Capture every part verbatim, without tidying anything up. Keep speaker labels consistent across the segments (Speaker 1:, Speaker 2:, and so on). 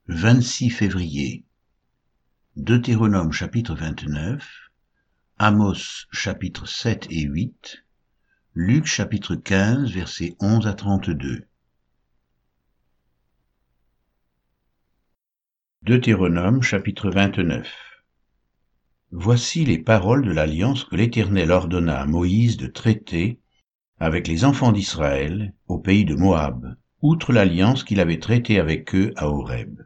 Speaker 1: vingt-six février. Deutéronome chapitre vingt-neuf, Amos chapitre sept et huit, Luc chapitre quinze versets onze à trente-deux. Deutéronome chapitre vingt-neuf. Voici les paroles de l'alliance que l'Éternel ordonna à Moïse de traiter avec les enfants d'Israël au pays de Moab, outre l'alliance qu'il avait traitée avec eux à Horeb.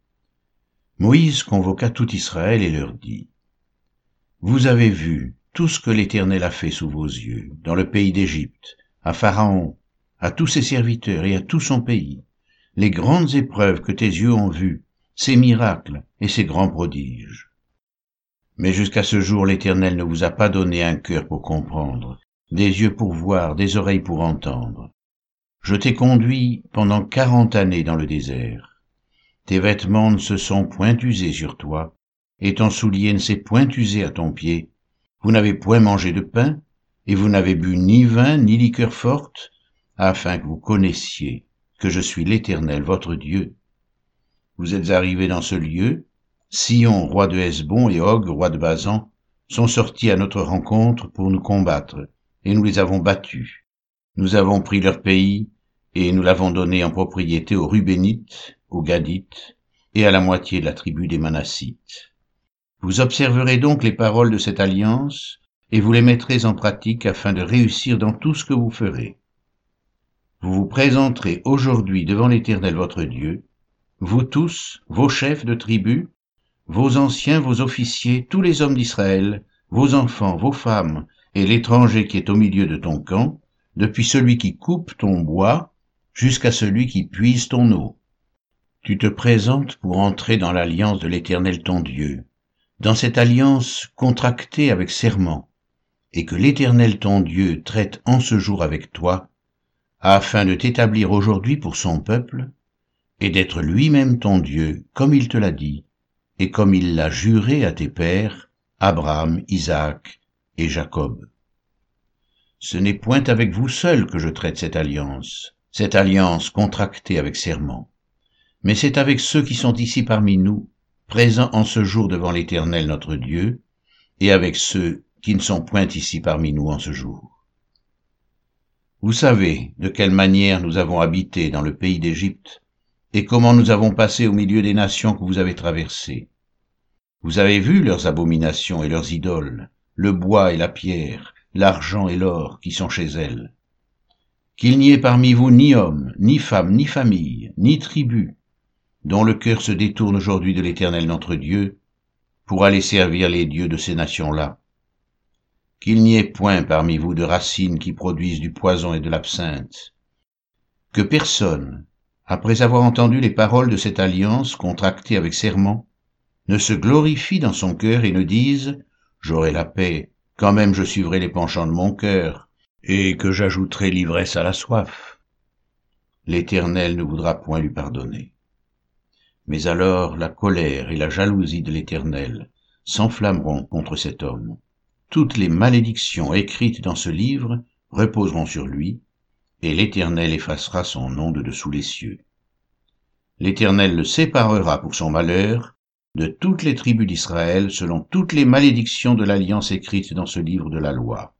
Speaker 1: Moïse convoqua tout Israël et leur dit : Vous avez vu tout ce que l'Éternel a fait sous vos yeux, dans le pays d'Égypte, à Pharaon, à tous ses serviteurs et à tout son pays, les grandes épreuves que tes yeux ont vues, ses miracles et ses grands prodiges. Mais jusqu'à ce jour, l'Éternel ne vous a pas donné un cœur pour comprendre, des yeux pour voir, des oreilles pour entendre. Je t'ai conduit pendant quarante années dans le désert. Tes vêtements ne se sont point usés sur toi, et ton soulier ne s'est point usé à ton pied. Vous n'avez point mangé de pain, et vous n'avez bu ni vin ni liqueur forte, afin que vous connaissiez que je suis l'Éternel, votre Dieu. Vous êtes arrivés dans ce lieu, Sihon, roi de Hesbon, et Og, roi de Basan, sont sortis à notre rencontre pour nous combattre, et nous les avons battus. Nous avons pris leur pays, et nous l'avons donné en propriété aux Rubénites, aux Gadites, et à la moitié de la tribu des Manassites. Vous observerez donc les paroles de cette alliance, et vous les mettrez en pratique afin de réussir dans tout ce que vous ferez. Vous vous présenterez aujourd'hui devant l'Éternel votre Dieu, vous tous, vos chefs de tribus, vos anciens, vos officiers, tous les hommes d'Israël, vos enfants, vos femmes, et l'étranger qui est au milieu de ton camp, depuis celui qui coupe ton bois jusqu'à celui qui puise ton eau. Tu te présentes pour entrer dans l'alliance de l'Éternel ton Dieu, dans cette alliance contractée avec serment, et que l'Éternel ton Dieu traite en ce jour avec toi, afin de t'établir aujourd'hui pour son peuple, et d'être lui-même ton Dieu, comme il te l'a dit, et comme il l'a juré à tes pères, Abraham, Isaac et Jacob. Ce n'est point avec vous seuls que je traite cette alliance, cette alliance contractée avec serment, mais c'est avec ceux qui sont ici parmi nous, présents en ce jour devant l'Éternel notre Dieu, et avec ceux qui ne sont point ici parmi nous en ce jour. Vous savez de quelle manière nous avons habité dans le pays d'Égypte, et comment nous avons passé au milieu des nations que vous avez traversées. Vous avez vu leurs abominations et leurs idoles, le bois et la pierre, l'argent et l'or qui sont chez elles. Qu'il n'y ait parmi vous ni homme, ni femme, ni famille, ni tribu, dont le cœur se détourne aujourd'hui de l'Éternel notre Dieu, pour aller servir les dieux de ces nations-là. Qu'il n'y ait point parmi vous de racines qui produisent du poison et de l'absinthe. Que personne, après avoir entendu les paroles de cette alliance contractée avec serment, ne se glorifie dans son cœur et ne dise « J'aurai la paix, quand même je suivrai les penchants de mon cœur, et que j'ajouterai l'ivresse à la soif. » L'Éternel ne voudra point lui pardonner. Mais alors la colère et la jalousie de l'Éternel s'enflammeront contre cet homme. Toutes les malédictions écrites dans ce livre reposeront sur lui, et l'Éternel effacera son nom de dessous les cieux. L'Éternel le séparera pour son malheur de toutes les tribus d'Israël selon toutes les malédictions de l'alliance écrite dans ce livre de la loi.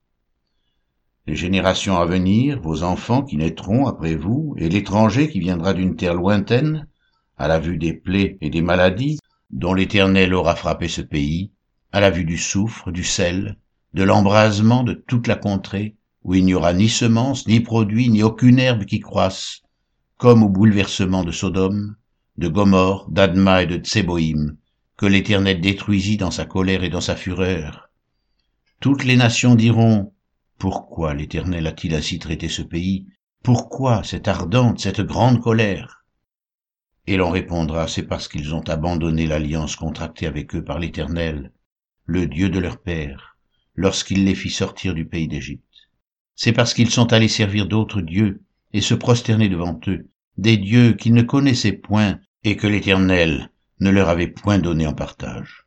Speaker 1: Les générations à venir, vos enfants qui naîtront après vous, et l'étranger qui viendra d'une terre lointaine, à la vue des plaies et des maladies dont l'Éternel aura frappé ce pays, à la vue du soufre, du sel, de l'embrasement de toute la contrée, où il n'y aura ni semence, ni produit, ni aucune herbe qui croisse, comme au bouleversement de Sodome, de Gomorrhe, d'Adma et de Tseboïm, que l'Éternel détruisit dans sa colère et dans sa fureur. Toutes les nations diront : Pourquoi l'Éternel a-t-il ainsi traité ce pays ? Pourquoi cette ardente, cette grande colère ? Et l'on répondra : c'est parce qu'ils ont abandonné l'alliance contractée avec eux par l'Éternel, le Dieu de leur père, lorsqu'il les fit sortir du pays d'Égypte. C'est parce qu'ils sont allés servir d'autres dieux et se prosterner devant eux, des dieux qu'ils ne connaissaient point et que l'Éternel ne leur avait point donné en partage.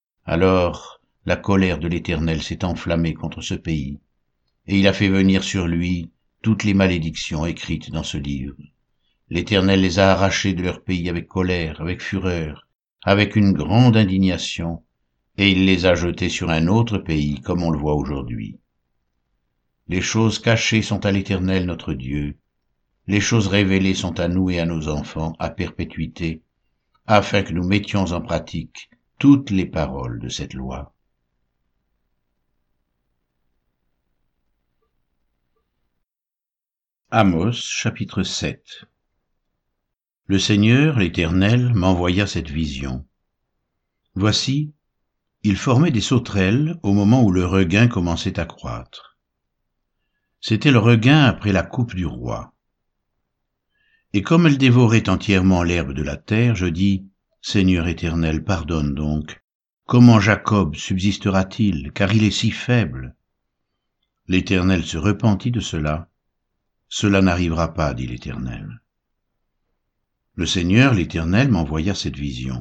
Speaker 1: Alors la colère de l'Éternel s'est enflammée contre ce pays, et il a fait venir sur lui toutes les malédictions écrites dans ce livre. L'Éternel les a arrachés de leur pays avec colère, avec fureur, avec une grande indignation, et il les a jetés sur un autre pays, comme on le voit aujourd'hui. Les choses cachées sont à l'Éternel notre Dieu, les choses révélées sont à nous et à nos enfants à perpétuité, afin que nous mettions en pratique toutes les paroles de cette loi. Amos, chapitre sept. Le Seigneur, l'Éternel, m'envoya cette vision. Voici, il formait des sauterelles au moment où le regain commençait à croître. C'était le regain après la coupe du roi. Et comme elles dévoraient entièrement l'herbe de la terre, je dis, Seigneur Éternel, pardonne donc. Comment Jacob subsistera-t-il, car il est si faible? L'Éternel se repentit de cela. Cela n'arrivera pas, dit l'Éternel. Le Seigneur, l'Éternel, m'envoya cette vision.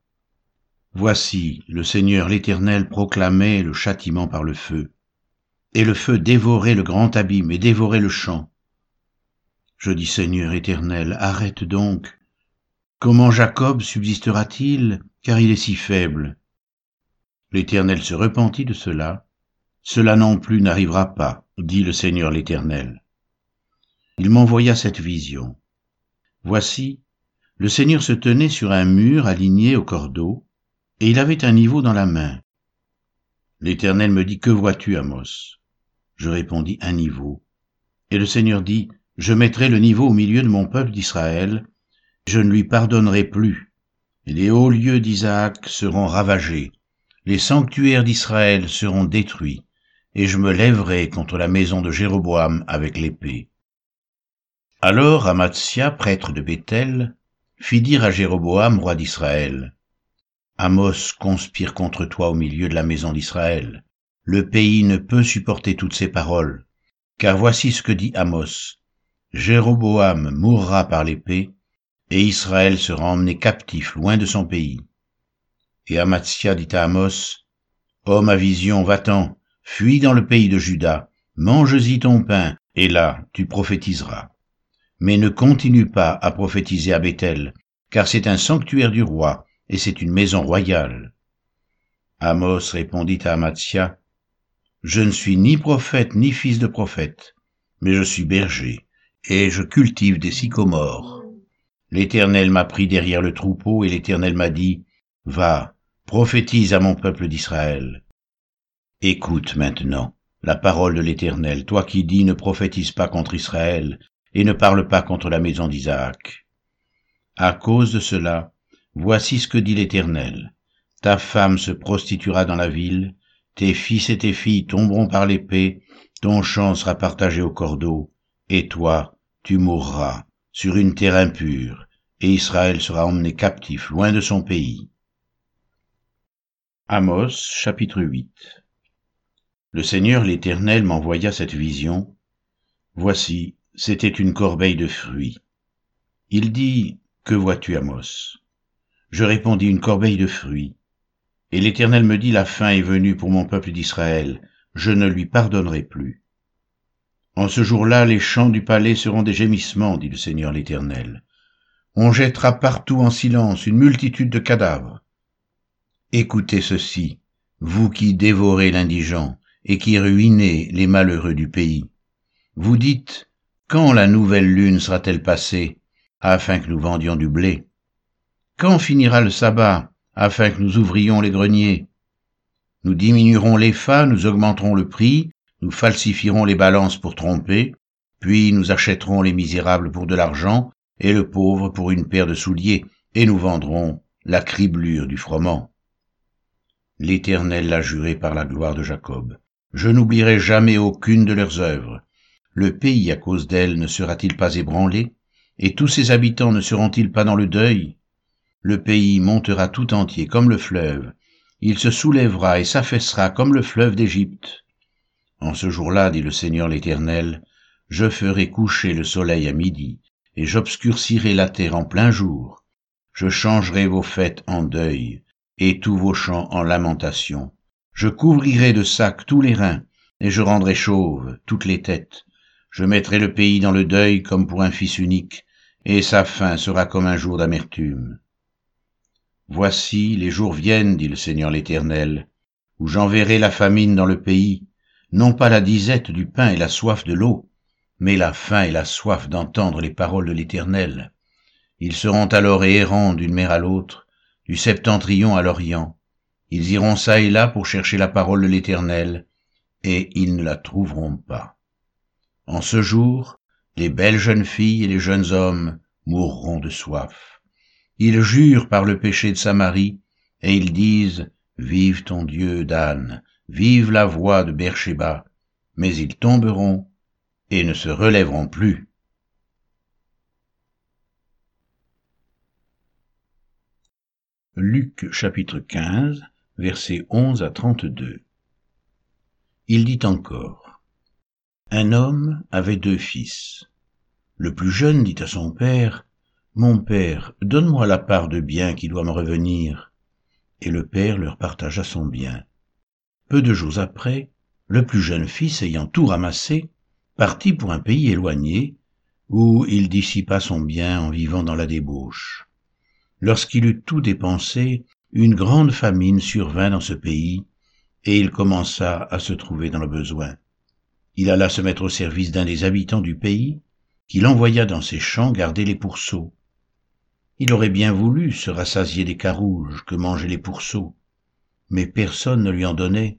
Speaker 1: Voici, le Seigneur, l'Éternel, proclamait le châtiment par le feu, et le feu dévorait le grand abîme et dévorait le champ. Je dis, Seigneur Éternel, arrête donc. Comment Jacob subsistera-t-il, car il est si faible? L'Éternel se repentit de cela. Cela non plus n'arrivera pas, dit le Seigneur l'Éternel. Il m'envoya cette vision. Voici, le Seigneur se tenait sur un mur aligné au cordeau, et il avait un niveau dans la main. L'Éternel me dit, que vois-tu, Amos? Je répondis, un niveau. Et le Seigneur dit, je mettrai le niveau au milieu de mon peuple d'Israël, je ne lui pardonnerai plus. Et les hauts lieux d'Isaac seront ravagés, les sanctuaires d'Israël seront détruits, et je me lèverai contre la maison de Jéroboam avec l'épée. Alors Amatsia, prêtre de Béthel, fit dire à Jéroboam, roi d'Israël, Amos conspire contre toi au milieu de la maison d'Israël. Le pays ne peut supporter toutes ces paroles, car voici ce que dit Amos. Jéroboam mourra par l'épée, et Israël sera emmené captif loin de son pays. Et Amatsia dit à Amos, Homme à vision, va-t'en, fuis dans le pays de Juda, mange-y ton pain, et là tu prophétiseras. Mais ne continue pas à prophétiser à Béthel, car c'est un sanctuaire du roi, et c'est une maison royale. Amos répondit à Amatsia, Je ne suis ni prophète ni fils de prophète, mais je suis berger, et je cultive des sycomores. L'Éternel m'a pris derrière le troupeau, et l'Éternel m'a dit, Va, prophétise à mon peuple d'Israël. Écoute maintenant la parole de l'Éternel, toi qui dis, ne prophétise pas contre Israël, et ne parle pas contre la maison d'Isaac. À cause de cela, voici ce que dit l'Éternel. Ta femme se prostituera dans la ville, tes fils et tes filles tomberont par l'épée, ton champ sera partagé au cordeau, et toi, tu mourras sur une terre impure, et Israël sera emmené captif loin de son pays. Amos, chapitre huit. Le Seigneur l'Éternel m'envoya cette vision. Voici, c'était une corbeille de fruits. Il dit, que vois-tu, Amos? Je répondis, une corbeille de fruits. Et l'Éternel me dit, la fin est venue pour mon peuple d'Israël, je ne lui pardonnerai plus. En ce jour-là, les champs du palais seront des gémissements, dit le Seigneur l'Éternel. On jettera partout en silence une multitude de cadavres. Écoutez ceci, vous qui dévorez l'indigent et qui ruinez les malheureux du pays. Vous dites, quand la nouvelle lune sera-t-elle passée, afin que nous vendions du blé? Quand finira le sabbat, afin que nous ouvrions les greniers? Nous diminuerons les l'épha, nous augmenterons le prix, nous falsifierons les balances pour tromper, puis nous achèterons les misérables pour de l'argent et le pauvre pour une paire de souliers, et nous vendrons la criblure du froment. L'Éternel l'a juré par la gloire de Jacob. Je n'oublierai jamais aucune de leurs œuvres. Le pays à cause d'elles ne sera-t-il pas ébranlé? Et tous ses habitants ne seront-ils pas dans le deuil? Le pays montera tout entier comme le fleuve. Il se soulèvera et s'affaissera comme le fleuve d'Égypte. En ce jour-là, dit le Seigneur l'Éternel, je ferai coucher le soleil à midi, et j'obscurcirai la terre en plein jour. Je changerai vos fêtes en deuil, et tous vos chants en lamentation. Je couvrirai de sacs tous les reins, et je rendrai chauves toutes les têtes. Je mettrai le pays dans le deuil comme pour un fils unique, et sa fin sera comme un jour d'amertume. Voici, les jours viennent, dit le Seigneur l'Éternel, où j'enverrai la famine dans le pays, non pas la disette du pain et la soif de l'eau, mais la faim et la soif d'entendre les paroles de l'Éternel. Ils seront alors errants d'une mer à l'autre, du septentrion à l'orient. Ils iront çà et là pour chercher la parole de l'Éternel, et ils ne la trouveront pas. En ce jour, les belles jeunes filles et les jeunes hommes mourront de soif. Ils jurent par le péché de Samarie, et ils disent, vive ton Dieu, Dan, vive la voix de Beersheba, mais ils tomberont et ne se relèveront plus. Luc chapitre quinze, versets onze à trente-deux. Il dit encore, un homme avait deux fils. Le plus jeune dit à son père, mon père, donne-moi la part de bien qui doit me revenir. Et le père leur partagea son bien. Peu de jours après, le plus jeune fils, ayant tout ramassé, partit pour un pays éloigné, où il dissipa son bien en vivant dans la débauche. Lorsqu'il eut tout dépensé, une grande famine survint dans ce pays, et il commença à se trouver dans le besoin. Il alla se mettre au service d'un des habitants du pays, qui l'envoya dans ses champs garder les pourceaux. Il aurait bien voulu se rassasier des carouges que mangeaient les pourceaux, mais personne ne lui en donnait.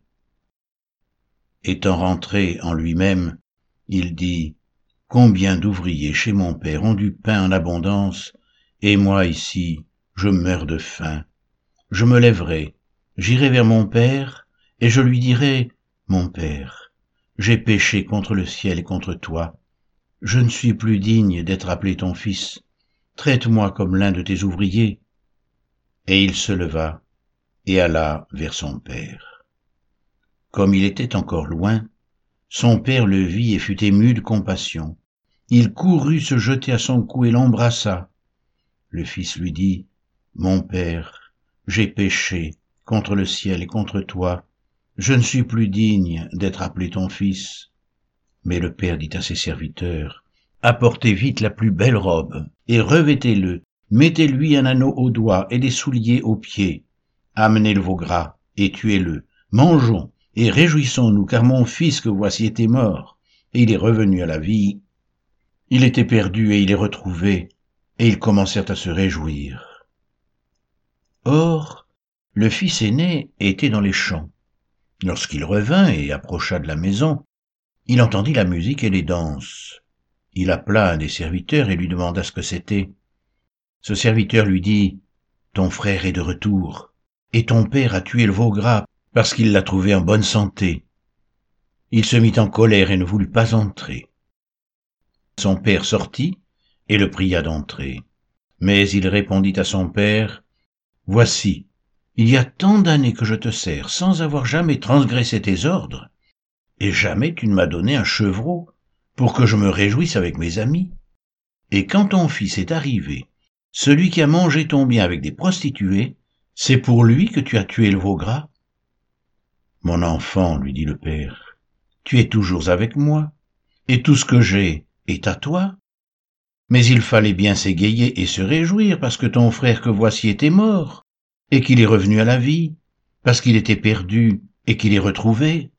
Speaker 1: Étant rentré en lui-même, il dit, « Combien d'ouvriers chez mon père ont du pain en abondance, et moi ici, je meurs de faim. Je me lèverai, j'irai vers mon père, et je lui dirai, « Mon père, j'ai péché contre le ciel et contre toi. Je ne suis plus digne d'être appelé ton fils. Traite-moi comme l'un de tes ouvriers. » Et il se leva et alla vers son père. Comme il était encore loin, son père le vit et fut ému de compassion. Il courut se jeter à son cou et l'embrassa. Le fils lui dit, « Mon père, j'ai péché contre le ciel et contre toi. Je ne suis plus digne d'être appelé ton fils. » Mais le père dit à ses serviteurs, « Apportez vite la plus belle robe et revêtez-le. Mettez-lui un anneau au doigt et des souliers aux pieds. Amenez le veau gras et tuez-le. Mangeons et réjouissons-nous, car mon fils que voici était mort, et il est revenu à la vie. Il était perdu et il est retrouvé, et ils commencèrent à se réjouir. » Or, le fils aîné était dans les champs. Lorsqu'il revint et approcha de la maison, il entendit la musique et les danses. Il appela un des serviteurs et lui demanda ce que c'était. Ce serviteur lui dit, « Ton frère est de retour, et ton père a tué le veau gras parce qu'il l'a trouvé en bonne santé. » Il se mit en colère et ne voulut pas entrer. Son père sortit et le pria d'entrer. Mais il répondit à son père, « Voici, il y a tant d'années que je te sers sans avoir jamais transgressé tes ordres, et jamais tu ne m'as donné un chevreau pour que je me réjouisse avec mes amis. Et quand ton fils est arrivé, celui qui a mangé ton bien avec des prostituées, c'est pour lui que tu as tué le veau gras. » « Mon enfant, lui dit le père, tu es toujours avec moi, et tout ce que j'ai est à toi. Mais il fallait bien s'égayer et se réjouir parce que ton frère que voici était mort, et qu'il est revenu à la vie, parce qu'il était perdu et qu'il est retrouvé.